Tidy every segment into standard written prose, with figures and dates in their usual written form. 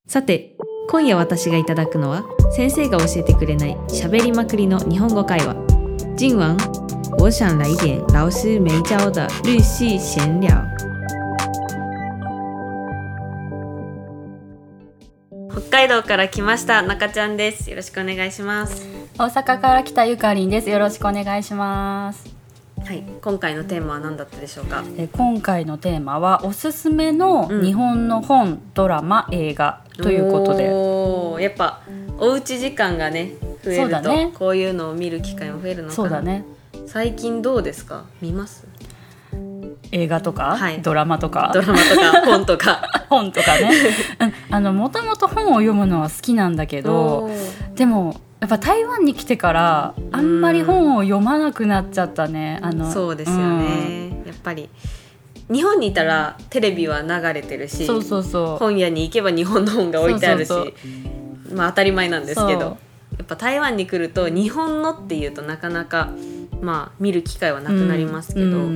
さて、今夜私がいただくのは先生が教えてくれない喋りまくりの日本語会話。今晚我想来点老师没教的日系闲聊。北海道から来ました中ちゃんです。よろしくお願いします。 大阪から来たゆかりんです。よろしくお願いします。 はい、今回のテーマは何だったでしょうか。 今回のテーマはおすすめの日本の本、ドラマ、映画ということで、 やっぱおうち時間がね増えると、ね、こういうのを見る機会も増えるのかな。 そうだね。 最近どうですか？見ます？ 映画とか、 はい、 ドラマとか本とか本とかねもともと本を読むのは好きなんだけど、でもやっぱ台湾に来てからあんまり本を読まなくなっちゃったね。 そうですよね、やっぱり日本にいたらテレビは流れてるし、 そう本屋に行けば日本の本が置いてあるし、まあ当たり前なんですけど、やっぱ台湾に来ると日本のっていうとなかなか、まあ、見る機会はなくなりますけど、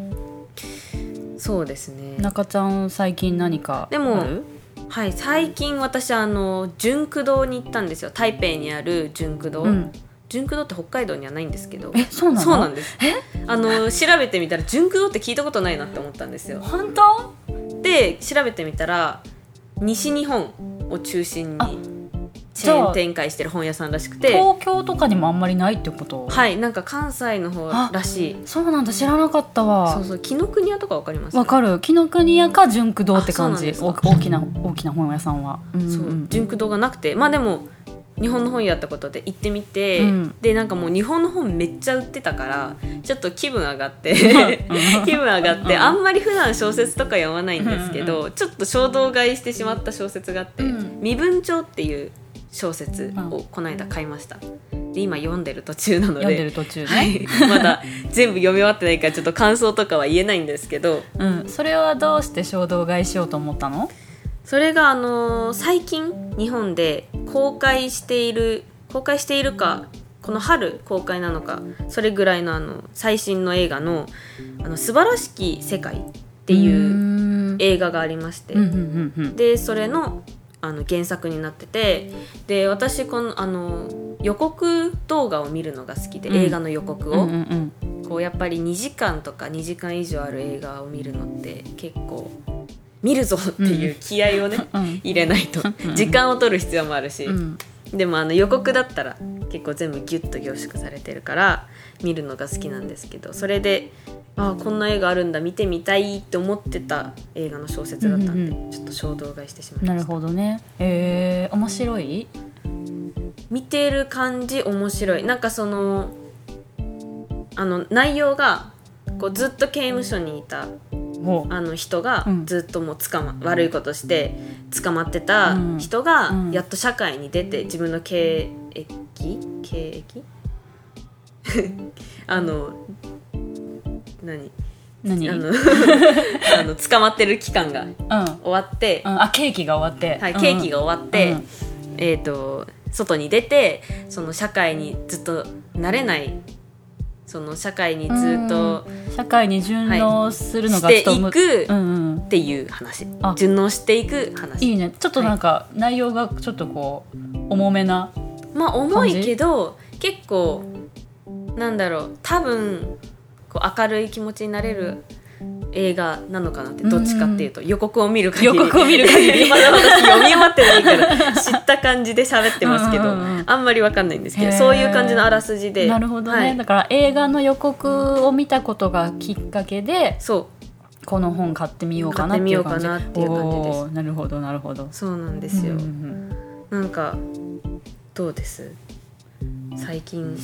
そうですね。 中ちゃん最近何かある？ でもはい、最近私純駆堂に行ったんですよ。台北にある純駆堂、純駆堂って北海道にはないんですけど。 そうなの？ そうなんです。調べてみたら純駆堂って聞いたことないなって思ったんですよ。 本当？ で調べてみたら西日本を中心にチェーン展開してる本屋さんらしくて、 東京とかにもあんまりないってこと？ はい、なんか関西の方らしい。 そうなんだ、知らなかったわ。 そう紀ノ国屋とかわかります？ わかる。紀ノ国屋か純駆堂って感じ。大きな本屋さんは、 純駆堂がなくて、まあでも日本の本屋ってことで行ってみて、でなんかもう日本の本めっちゃ売ってたからちょっと気分上がってあんまり普段小説とか読まないんですけど、ちょっと衝動買いしてしまった小説があって、身分帳っていう小説をこの間買いました。で今読んでる途中なので、 読んでる途中ね、 はい、まだ全部読み終わってないからちょっと感想とかは言えないんですけど、 それはどうして衝動買いしようと思ったの？ それが最近日本で公開しているか、この春公開なのか、それぐらいの最新の映画の素晴らしき世界っていう映画がありまして、でそれの原作になってて、で私この予告動画を見るのが好きで、映画の予告を、こうやっぱり2時間とか2時間以上ある映画を見るのって結構見るぞっていう気合をね、入れないと時間を取る必要もあるし、でも予告だったら結構全部ギュッと凝縮されてるから見るのが好きなんですけど、それでこんな映画あるんだ、見てみたいって思ってた映画の小説だったんで、ちょっと衝動買いしてしまいました。 なるほどね。面白い？ 見てる感じ面白い。なんか内容がこうずっと刑務所にいた人がずっともう悪いことして捕まってた人がやっと社会に出て自分の経歴捕まってる期間が終わって、 刑期が終わって、 はい、刑期が終わって、外に出てその社会にずっと慣れない、その社会にずっと社会に順応するのがしていくっていう話、順応していく話。いいね。ちょっとなんか内容がちょっとこう重めな、 まあ重いけど結構なんだろう、多分こう明るい気持ちになれる映画なのかなって、どっちかっていうと予告を見る限りまだ私読み終わってないから知った感じで喋ってますけど、あんまり分かんないんですけど、そういう感じのあらすじで。 なるほどね、だから映画の予告を見たことがきっかけで、この本買ってみようかなっていう感じです。なるほどなるほど。 そうなんですよ、なんかどうです？最近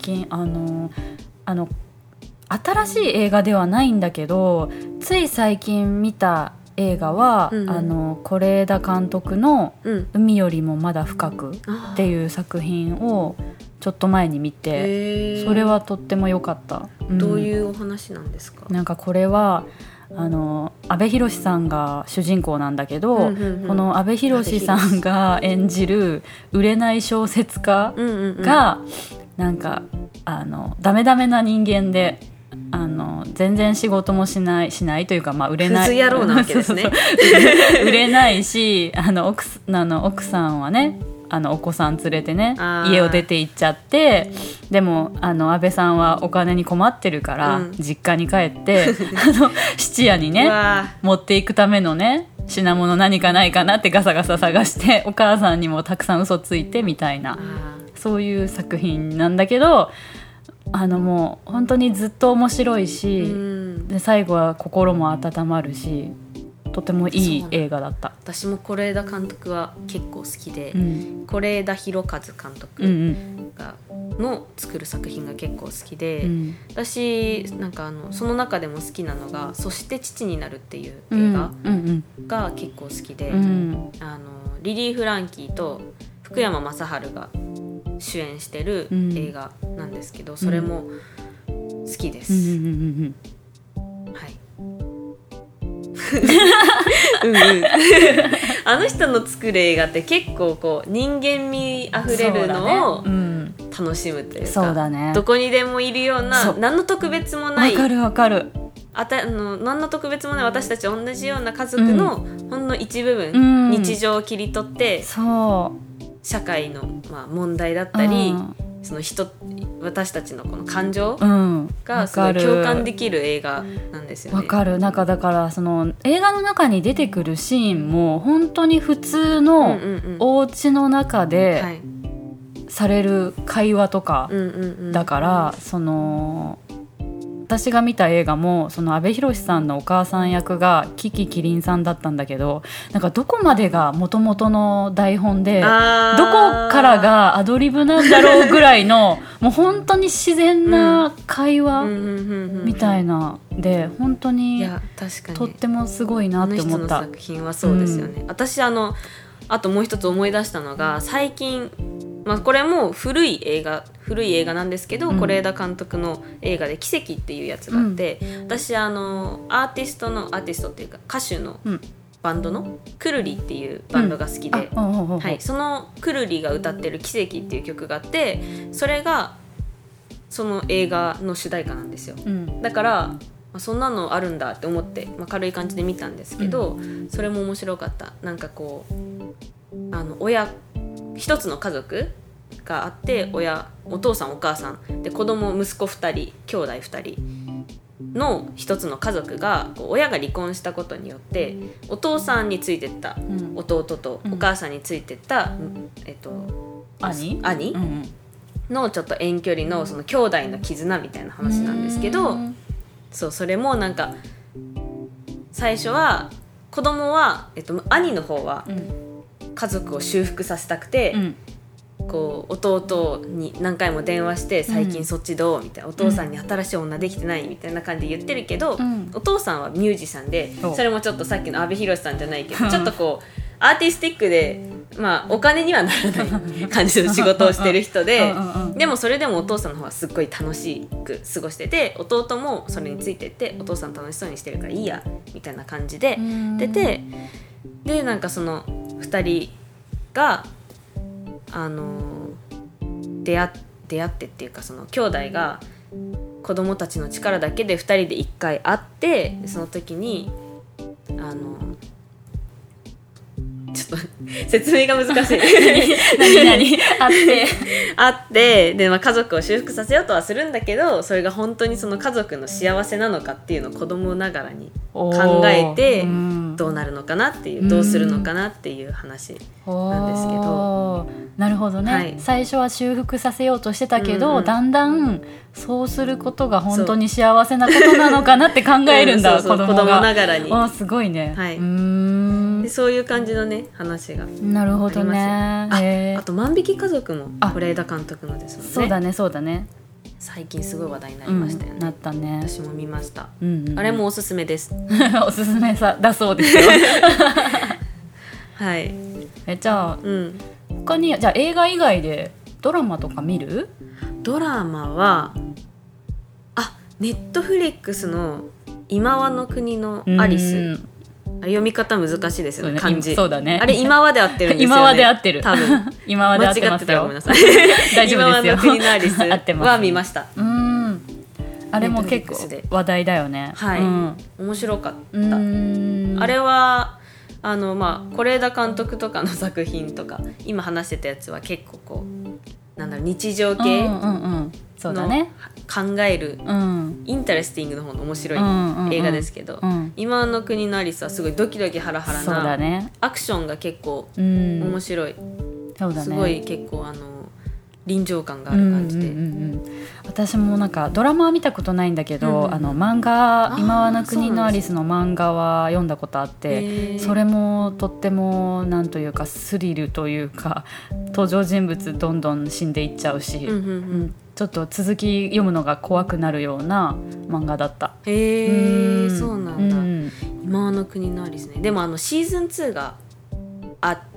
新しい映画ではないんだけど、つい最近見た映画は、是枝監督の海よりもまだ深くっていう作品をちょっと前に見て、それはとっても良かった。 どういうお話なんですか？ なんかこれは阿部寛さんが主人公なんだけど、この阿部寛さんが演じる売れない小説家がなんかダメな人間で、 全然仕事もしないというか、売れないクズ野郎なわけですね売れないし奥さんはねお子さん連れてね家を出て行っちゃって、でも安倍さんはお金に困ってるから、実家に帰って質屋にね持っていくためのね品物何かないかなってガサガサ探して、お母さんにもたくさん嘘ついてみたいな、そういう作品なんだけど、もう本当にずっと面白いし、で最後は心も温まるし、とてもいい映画だった。 私も是枝監督は結構好きで、是枝裕和監督の作る作品が結構好きで、私なんかその中でも好きなのが「そして父になる」っていう映画が結構好きで、リリー・フランキーと福山雅治が主演してる映画なんですけど、それも好きです。はいあの人の作る映画って結構こう人間味あふれるのを楽しむというか、 そうだね、 どこにでもいるような何の特別もない、 わかる何の特別もない私たち同じような家族のほんの一部分、日常を切り取って社会の問題だったり、その私たちのこの感情がすごい共感できる映画なんですよね。 わかる。だからその映画の中に出てくるシーンも本当に普通のお家の中でされる会話とかだから、その私が見た映画もその阿部寛さんのお母さん役が樹木希林さんだったんだけど、なんかどこまでが元々の台本でどこからがアドリブなんだろうぐらいのもう本当に自然な会話みたいなで、本当にとってもすごいなって思った。 あの人の作品はそうですよね。私あともう一つ思い出したのが、最近これも古い映画なんですけど、是枝監督の映画で奇跡っていうやつがあって、私アーティストっていうか歌手のバンドのくるりっていうバンドが好きで、そのくるりが歌ってる奇跡っていう曲があって、それがその映画の主題歌なんですよ。だからそんなのあるんだって思って、軽い感じで見たんですけど、それも面白かった。なんかこう一つの家族があって、お父さんお母さんで子供息子2人兄弟2人の一つの家族が、親が離婚したことによってお父さんについてった弟とお母さんについてった、兄のちょっと遠距離のその兄弟の絆みたいな話なんですけど、それもなんか最初は子供は、兄の方は家族を修復させたくて、こう弟に何回も電話して最近そっちどうみたいな、お父さんに新しい女できてないみたいな感じで言ってるけど、お父さんはミュージシャンで、それもちょっとさっきの阿部寛さんじゃないけどちょっとこうアーティスティックで、お金にはならない感じの仕事をしてる人ででもそれでもお父さんの方はすっごい楽しく過ごしてて、弟もそれについてってお父さん楽しそうにしてるからいいやみたいな感じで出て、でなんかその2人が出会ってっていうか、その兄弟が子供たちの力だけで2人で1回会って、その時にちょっと説明が難しい何あってで、家族を修復させようとはするんだけど、それが本当にその家族の幸せなのかっていうのを子供ながらに考えて、どうなるのかなっていう、どうするのかなっていう話なんですけど。 なるほどね、最初は修復させようとしてたけど、だんだんそうすることが本当に幸せなことなのかなって考えるんだ子供ながらに。 すごいね、 でそういう感じのね話があります。 なるほどね。 あと万引き家族も是枝監督のですもんね。 そうだね最近すごい話題になりましたよね。 なったね。 私も見ました、あれもおすすめですおすすめだそうですよはい。 じゃあ、他にじゃあ映画以外でドラマとか見る？ ドラマはネットフリックスの今はの国のアリス、読み方難しいですよね、漢字。 そうだね。 あれ今はで合ってるんですよね。 今はで合ってる。 多分今はで合ってますよ。 間違ってたらごめんなさい。 大丈夫ですよ。 今はの国のアリスは見ました。 あれも結構話題だよね。 はい、面白かった。あれは是枝監督とかの作品とか今話してたやつは結構こうなんだろう日常系のそうだね、 考える、インタレスティングの方の面白い映画ですけど、今の国のアリスはすごいドキドキハラハラな、ね、アクションが結構面白い、そうだね、すごい結構臨場感がある感じで、 私もなんかドラマは見たことないんだけど、漫画今の国のアリスの漫画は読んだことあって、それもとってもなんというかスリルというか登場人物どんどん死んでいっちゃうし、ちょっと続き読むのが怖くなるような漫画だった。 へえ、そうなんだ、今の国のアリスね。でもシーズン2があって、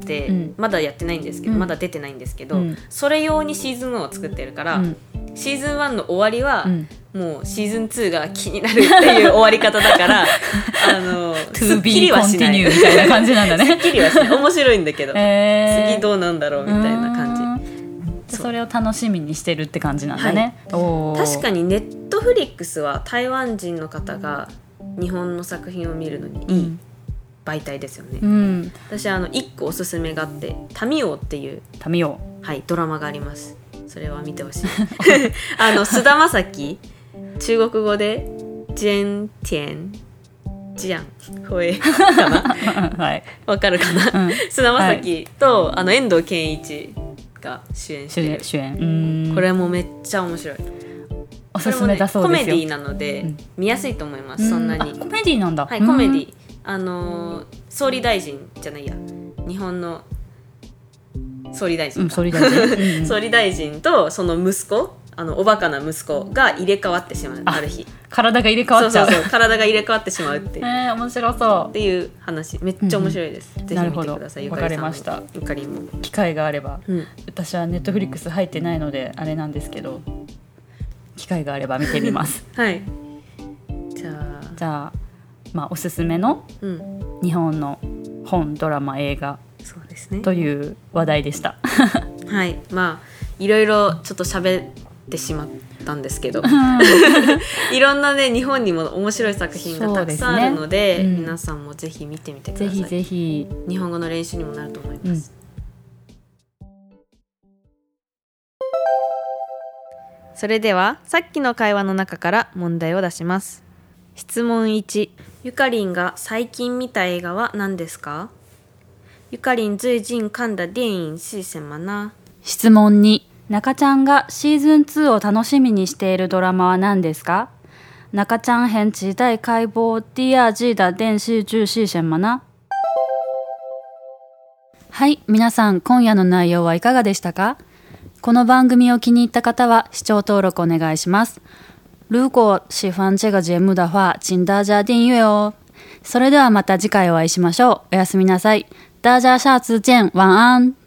まだやってないんですけど、まだ出てないんですけど、それ用にシーズン1を作ってるから、シーズン1の終わりは、もうシーズン2が気になるっていう終わり方だからすっきりはしない To be continue みたいな感じなんだねすっきりはしない、面白いんだけど、次どうなんだろうみたいな感じ。 それを楽しみにしてるって感じなんだね、 確かにネットフリックスは台湾人の方が日本の作品を見るのにいい媒体ですよね、私1個おすすめがあってタミオっていうはい、ドラマがあります。それは見てほしい菅田将暉、中国語でジェンティエンジャンほえかなはい、わかるかな、菅田将暉と、遠藤憲一が主演してる、これもめっちゃ面白い。 おすすめだそうですよ。 コメディなので、見やすいと思います。そんなにコメディなんだ。 はい、コメディ、総理大臣じゃないや、日本の総理大臣、総理大臣とその息子、おバカな息子が入れ替わってしまう、ある日体が入れ替わっちゃう。 そう体が入れ替わってしまうっていう、 面白そうっていう話、めっちゃ面白いです、ぜひ見てください。 わかりました。 ゆかりも機会があれば、私はネットフリックス入ってないのであれなんですけど、機会があれば見てみますはいじゃあ、おすすめの日本の本、ドラマ、映画、そうですね、という話題でしたはい、いろいろちょっと喋ってしまったんですけどいろんなね日本にも面白い作品がたくさんあるので、皆さんもぜひ見てみてください。 ぜひぜひ日本語の練習にもなると思います、それではさっきの会話の中から問題を出します。質問1、ゆかりんが最近見た映画は何ですか？ゆかりん最近看的電影是什么呢？ 質問2、中ちゃんがシーズン2を楽しみにしているドラマは何ですか？中ちゃん很期待開播第二季的電視劇是什么呢？はい、皆さん今夜の内容はいかがでしたか？この番組を気に入った方は視聴登録お願いします。如果喜欢这个节目的话，请大家订阅哦。それではまた次回お会いしましょう。おやすみなさい。大家下次见。晚安。